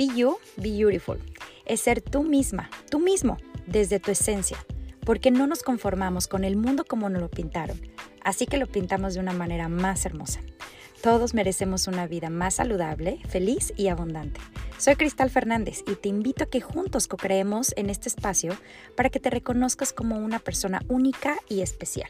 Be you, be beautiful. Es ser tú misma, tú mismo, desde tu esencia. Porque no nos conformamos con el mundo como nos lo pintaron. Así que lo pintamos de una manera más hermosa. Todos merecemos una vida más saludable, feliz y abundante. Soy Cristal Fernández y te invito a que juntos co-creemos en este espacio para que te reconozcas como una persona única y especial.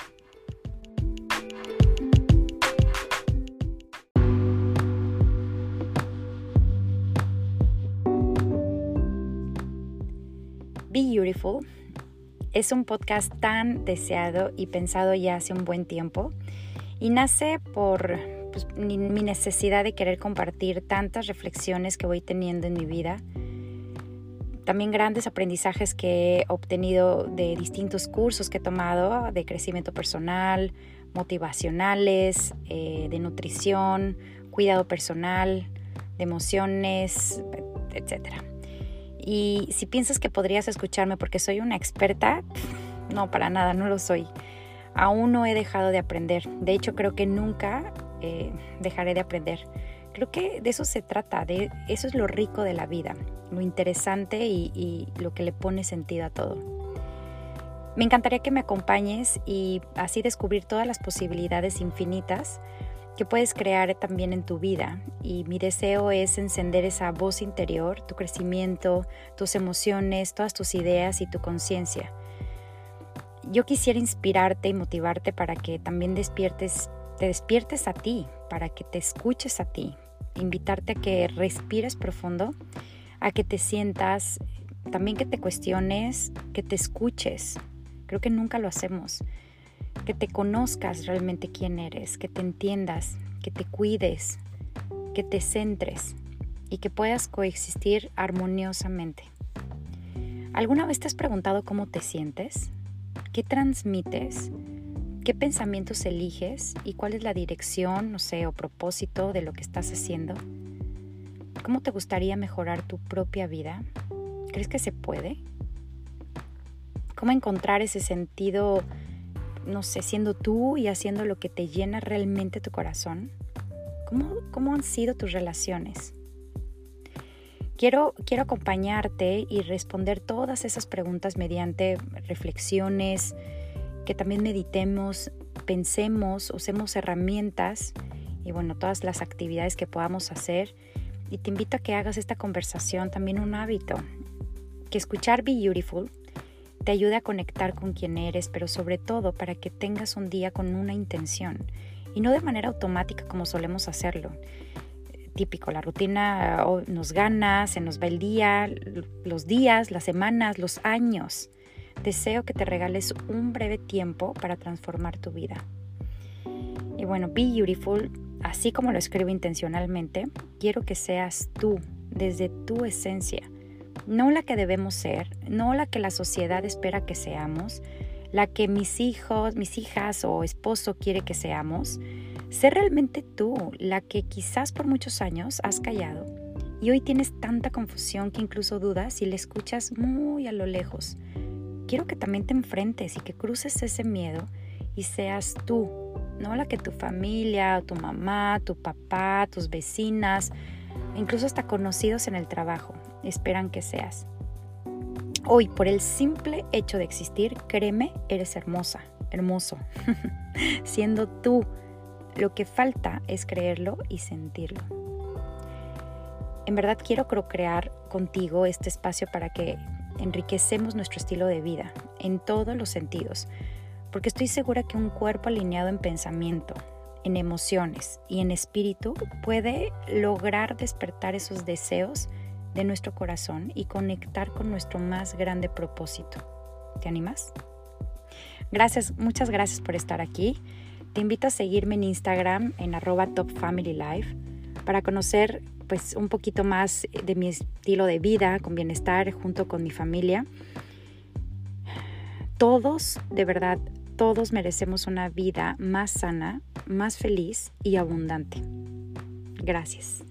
Be Beautiful es un podcast tan deseado y pensado ya hace un buen tiempo y nace por mi necesidad de querer compartir tantas reflexiones que voy teniendo en mi vida, también grandes aprendizajes que he obtenido de distintos cursos que he tomado de crecimiento personal, motivacionales, de nutrición, cuidado personal, de emociones, etc. Y si piensas que podrías escucharme porque soy una experta, no, para nada, no lo soy. Aún no he dejado de aprender. De hecho, creo que nunca dejaré de aprender. Creo que de eso se trata, eso es lo rico de la vida, lo interesante y lo que le pone sentido a todo. Me encantaría que me acompañes y así descubrir todas las posibilidades infinitas que puedes crear también en tu vida. Y mi deseo es encender esa voz interior, tu crecimiento, tus emociones, todas tus ideas y tu conciencia. Yo quisiera inspirarte y motivarte para que también te despiertes a ti, para que te escuches a ti, invitarte a que respires profundo, a que te sientas, también que te cuestiones, que te escuches. Creo que nunca lo hacemos. Que te conozcas realmente quién eres, que te entiendas, que te cuides, que te centres y que puedas coexistir armoniosamente. ¿Alguna vez te has preguntado cómo te sientes? ¿Qué transmites? ¿Qué pensamientos eliges? ¿Y cuál es la dirección, o propósito de lo que estás haciendo? ¿Cómo te gustaría mejorar tu propia vida? ¿Crees que se puede? ¿Cómo encontrar ese sentido, siendo tú y haciendo lo que te llena realmente tu corazón? ¿Cómo han sido tus relaciones? Quiero acompañarte y responder todas esas preguntas mediante reflexiones, que también meditemos, pensemos, usemos herramientas y todas las actividades que podamos hacer. Y te invito a que hagas esta conversación también un hábito, que escuchar Be Beautiful te ayude a conectar con quien eres, pero sobre todo para que tengas un día con una intención y no de manera automática como solemos hacerlo. Típico, la rutina nos gana, se nos va el día, los días, las semanas, los años. Deseo que te regales un breve tiempo para transformar tu vida. Y Be Beautiful, así como lo escribo intencionalmente, quiero que seas tú, desde tu esencia. No la que debemos ser, no la que la sociedad espera que seamos, la que mis hijos, mis hijas o esposo quiere que seamos. Sé realmente tú, la que quizás por muchos años has callado y hoy tienes tanta confusión que incluso dudas si le escuchas muy a lo lejos. Quiero que también te enfrentes y que cruces ese miedo y seas tú, no la que tu familia, tu mamá, tu papá, tus vecinas, incluso hasta conocidos en el trabajo esperan que seas. Hoy, por el simple hecho de existir, créeme, eres hermosa, hermoso. Siendo tú, lo que falta es creerlo y sentirlo. En verdad quiero co-crear contigo este espacio para que enriquecemos nuestro estilo de vida en todos los sentidos, porque estoy segura que un cuerpo alineado en pensamiento, en emociones y en espíritu puede lograr despertar esos deseos de nuestro corazón y conectar con nuestro más grande propósito. ¿Te animas? Gracias, muchas gracias por estar aquí. Te invito a seguirme en Instagram en @topfamilylife para conocer un poquito más de mi estilo de vida con bienestar junto con mi familia. Todos, de verdad, todos merecemos una vida más sana, más feliz y abundante. Gracias.